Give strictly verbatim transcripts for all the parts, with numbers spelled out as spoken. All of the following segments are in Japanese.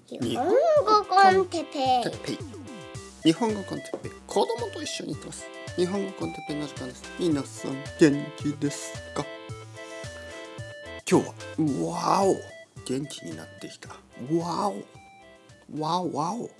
日本語コンテッペイ日本語コンテッペイ子供と一緒に行ってます。日本語コンテッペイの時間です。皆さん元気ですか？今日はわお元気になってきた。わおわおわお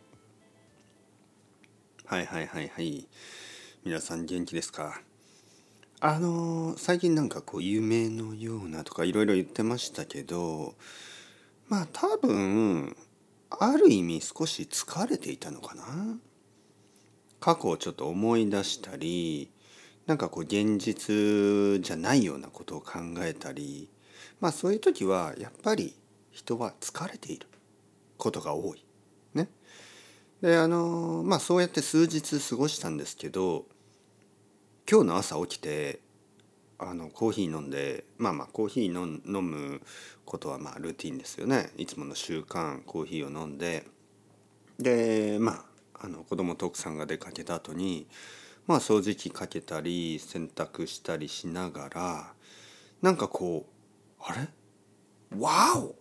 はいはいはいはい皆さん元気ですか？あのー、最近なんかこう夢のようなとかいろいろ言ってましたけど、まあ多分ある意味少し疲れていたのかな。過去をちょっと思い出したり、なんかこう現実じゃないようなことを考えたり、まあそういう時はやっぱり人は疲れていることが多いね。であのまあそうやって数日過ごしたんですけど、今日の朝起きてあのコーヒー飲んで、まあまあコーヒーの飲むことはまあルーティンですよね。いつもの習慣コーヒーを飲んで、でまああの子供と奥さんが出かけた後にまあ掃除機かけたり洗濯したりしながら、なんかこうあれワオ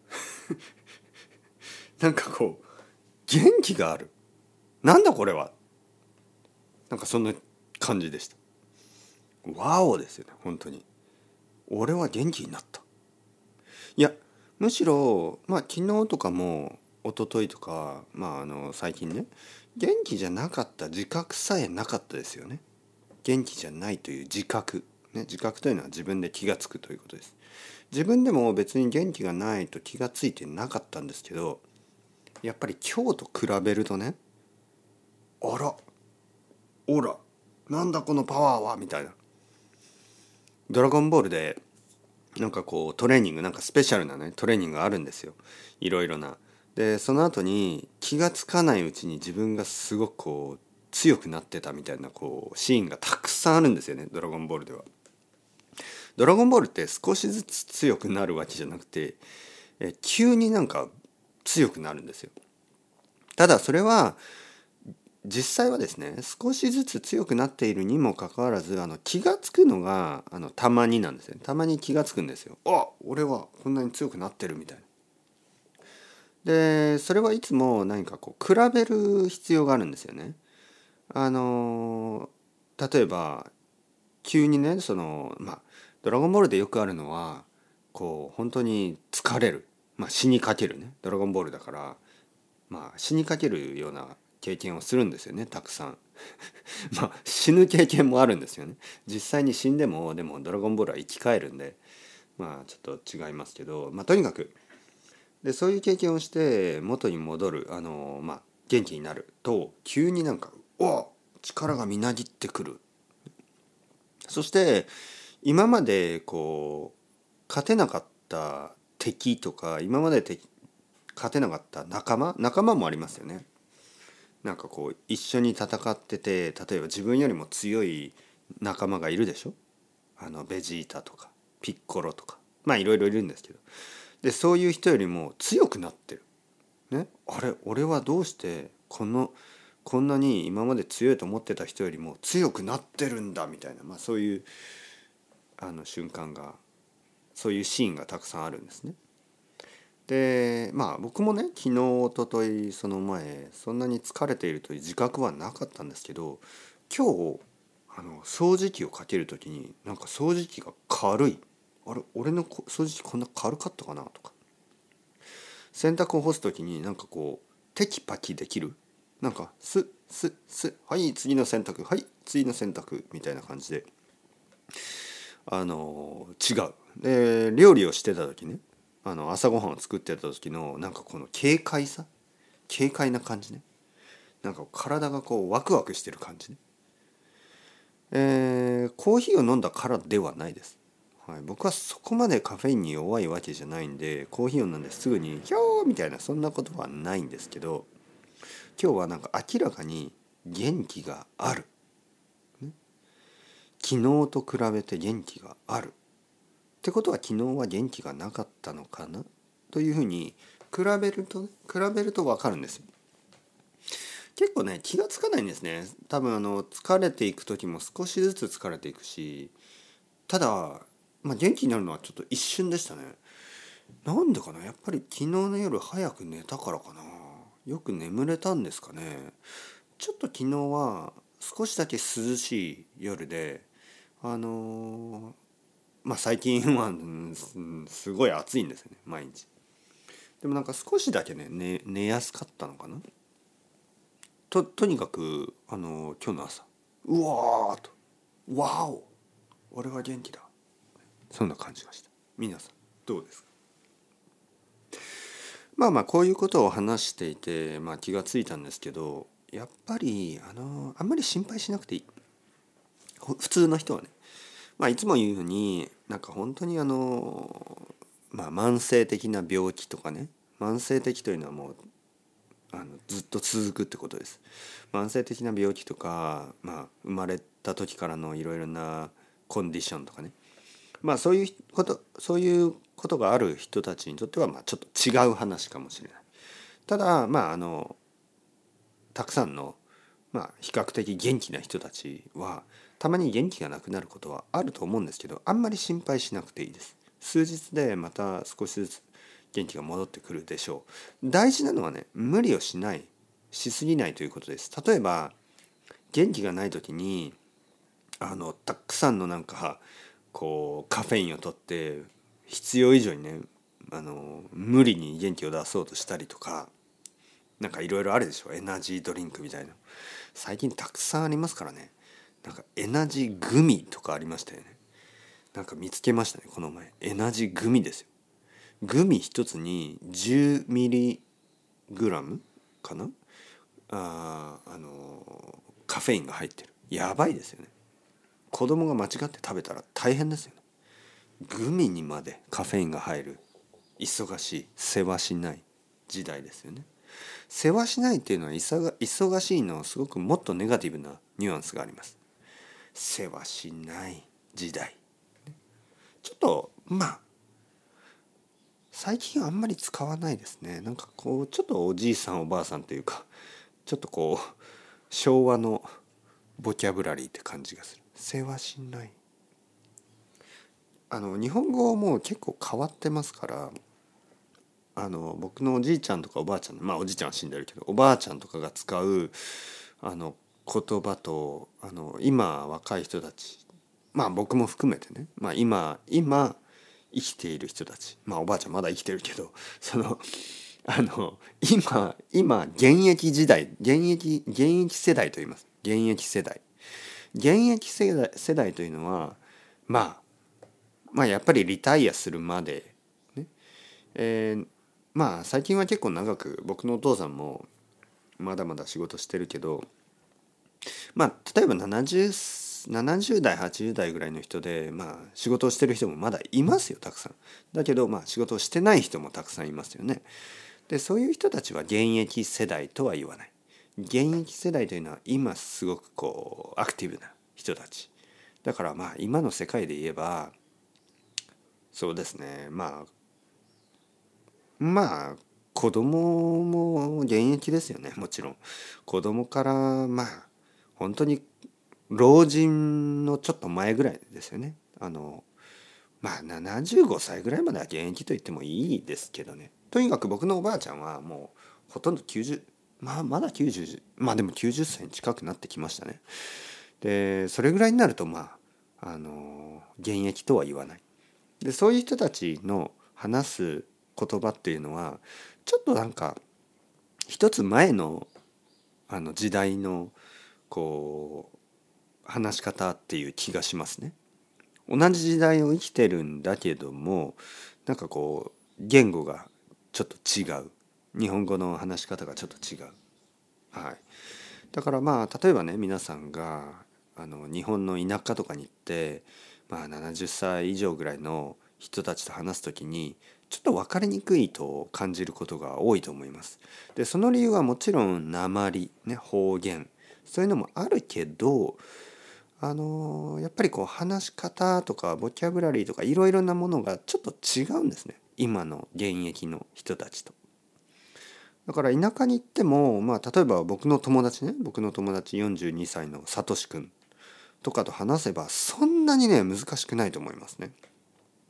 なんかこう元気がある、なんだこれは、なんかそんな感じでした。ワオですよね。本当に俺は元気になった。いやむしろまあ昨日とかも一昨日とか、まああの最近ね、元気じゃなかった自覚さえなかったですよね。元気じゃないという自覚、ね、自覚というのは自分で気がつくということです。自分でも別に元気がないと気がついてなかったんですけど、やっぱり今日と比べるとね、あらおらなんだこのパワーはみたいな。ドラゴンボールでなんかこうトレーニング、なんかスペシャルなねトレーニングがあるんですよ、いろいろな。でその後に気がつかないうちに自分がすごくこう強くなってたみたいなこうシーンがたくさんあるんですよね、ドラゴンボールでは。ドラゴンボールって少しずつ強くなるわけじゃなくて、え急になんか強くなるんですよ。ただそれは実際はですね、少しずつ強くなっているにもかかわらず、あの気がつくのがあのたまになんですね。たまに気がつくんですよ。あ、俺はこんなに強くなってるみたいな。でそれはいつも何かこう比べる必要があるんですよね。あの例えば急にね、そのまあドラゴンボールでよくあるのはこう本当に疲れる、まあ死にかけるね、ドラゴンボールだからまあ死にかけるような経験をするんですよね、たくさんまあ死ぬ経験もあるんですよね。実際に死んでもでもドラゴンボールは生き返るんで、まあちょっと違いますけど、まあとにかくでそういう経験をして元に戻る、あのまあ元気になると急になんかお力がみなぎってくる。そして今までこう勝てなかった敵とか、今まで敵勝てなかった仲間仲間もありますよね。なんかこう一緒に戦ってて、例えば自分よりも強い仲間がいるでしょ。あのベジータとかピッコロとか、まあいろいろいるんですけど、でそういう人よりも強くなってるね。あれ俺はどうしてこのこんなに今まで強いと思ってた人よりも強くなってるんだみたいな、まあそういうあの瞬間が、そういうシーンがたくさんあるんですね。でまあ僕もね、昨日一昨日その前そんなに疲れているという自覚はなかったんですけど、今日あの掃除機をかける時になんか掃除機が軽い、あれ俺の掃除機こんな軽かったかなとか、洗濯を干す時になんかこうテキパキできる、なんかスッスッスッはい次の洗濯はい次の洗濯みたいな感じで、あの違う。で料理をしてた時ね、あの朝ごはんを作ってた時のなんかこの軽快さ、軽快な感じね、なんか体がこうワクワクしてる感じね。えー、コーヒーを飲んだからではないです、はい、僕はそこまでカフェインに弱いわけじゃないんで、コーヒーを飲んですぐにヒョーみたいなそんなことはないんですけど、今日はなんか明らかに元気がある、ね、昨日と比べて元気があるってことは昨日は元気がなかったのかなというふうに比べると、ね、比べると分かるんですよ。結構ね気がつかないんですね。多分あの疲れていく時も少しずつ疲れていくし、ただ、まあ、元気になるのはちょっと一瞬でしたね。 なんでかな、やっぱり昨日の夜早く寝たからかな。よく眠れたんですかね。ちょっと昨日は少しだけ涼しい夜で、あのーまあ最近は、うん、すすごい暑いんですよね、毎日。でもなんか少しだけね、寝、寝やすかったのかな。と、とにかく、あのー今日の朝、うわーと、わーお、俺は元気だ。そんな感じがした。皆さん、どうですか？まあまあ、こういうことを話していて、まあ気がついたんですけど、やっぱり、あのーあんまり心配しなくていい。ほ普通の人はね。まあいつも言うように、なんか本当にあのーまあ慢性的な病気とかね、慢性的というのはもうあのずっと続くってことです。慢性的な病気とか、まあ、生まれた時からのいろいろなコンディションとかね、まあそういうことそういうことがある人たちにとってはまあちょっと違う話かもしれない。ただまああのたくさんの、まあ、比較的元気な人たちはたまに元気がなくなることはあると思うんですけど、あんまり心配しなくていいです。数日でまた少しずつ元気が戻ってくるでしょう。大事なのはね、無理をしないしすぎないということです。例えば元気がない時にあのたくさんのなんかこうカフェインを取って必要以上にね、あの無理に元気を出そうとしたりとか、なんかいろいろあるでしょ、エナジードリンクみたいな。最近たくさんありますからね。なんかエナジーグミとかありましたよね。なんか見つけましたね、この前。エナジーグミですよ。グミ一つにじゅうミリグラムかな、あー、あのカフェインが入ってる。やばいですよね。子供が間違って食べたら大変ですよね。グミにまでカフェインが入る。忙しい、世話しない時代ですよね。世話しないっていうのは忙しいのすごくもっとネガティブなニュアンスがあります。世話しない時代。ちょっとまあ最近あんまり使わないですね。なんかこうちょっとおじいさんおばあさんというか、ちょっとこう昭和のボキャブラリーって感じがする。世話しない。あの日本語も結構変わってますから、あの僕のおじいちゃんとかおばあちゃん、まあおじいちゃんは死んでるけどおばあちゃんとかが使うあの言葉と、あの今若い人たち、まあ僕も含めてね、まあ今今生きている人たち、まあおばあちゃんまだ生きてるけど、そのあの今今現役時代、現役現役世代と言います。現役世代現役世代世代というのは、まあまあやっぱりリタイアするまでね、えーまあ最近は結構長く、僕のお父さんもまだまだ仕事してるけど、まあ例えばななじゅう、ななじゅう代はちじゅう代ぐらいの人で、まあ仕事をしてる人もまだいますよ、たくさん。だけどまあ仕事をしてない人もたくさんいますよね。でそういう人たちは現役世代とは言わない。現役世代というのは今すごくこうアクティブな人たちだから、まあ今の世界で言えばそうですね、まあまあ子供も現役ですよね、もちろん。子供からまあ本当に老人のちょっと前ぐらいですよね。あのまあななじゅうごさいぐらいまでは現役と言ってもいいですけどね。とにかく僕のおばあちゃんはもうほとんどきゅうじゅう、まあまだきゅうじゅう、まあでもきゅうじゅっさいに近くなってきましたね。でそれぐらいになるとまああの現役とは言わない。でそういう人たちの話す言葉っていうのはちょっとなんか一つ前のあの時代のこう話し方っていう気がしますね。同じ時代を生きてるんだけども、なんかこう言語がちょっと違う。日本語の話し方がちょっと違う。はい。だからまあ例えばね、皆さんがあの日本の田舎とかに行って、まあななじゅっさい以上ぐらいの人たちと話すときにちょっと分かりにくいと感じることが多いと思います。でその理由はもちろん訛りね、方言、そういうのもあるけど、あのーやっぱりこう話し方とかボキャブラリーとかいろいろなものがちょっと違うんですね、今の現役の人たちと。だから田舎に行っても、まあ例えば僕の友達ね、僕の友達よんじゅうにさいのさとしくんとかと話せばそんなにね難しくないと思いますね。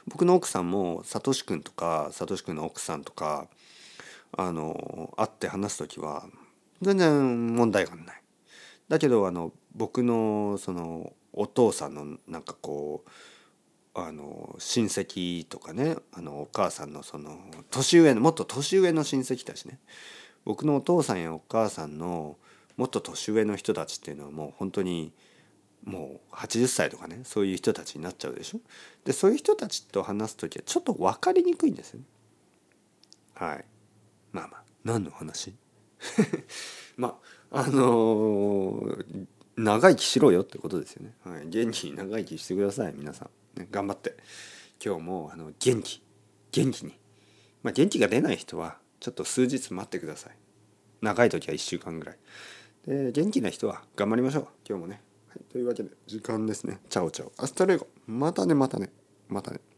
僕の奥さんもサトシ君とかサトシ君の奥さんとかあの会って話す時は全然問題がない。だけどあの僕のそのお父さんのなんかこうあの親戚とかね、あのお母さんのその年上のもっと年上の親戚たちね、僕のお父さんやお母さんのもっと年上の人たちっていうのはもう本当にもうはちじゅっさいとかね、そういう人たちになっちゃうでしょ。でそういう人たちと話す時はちょっと分かりにくいんですよね。はい。まあまあ何の話まああのー長生きしろよってことですよね。はい、元気に長生きしてください皆さん、ね、頑張って今日もあの元気元気に、まあ、元気が出ない人はちょっと数日待ってください。長い時はいっしゅうかんぐらいで、元気な人は頑張りましょう今日もね。はい、というわけで時間ですね。チャオチャオアスタレゴ、またねまたねまたね。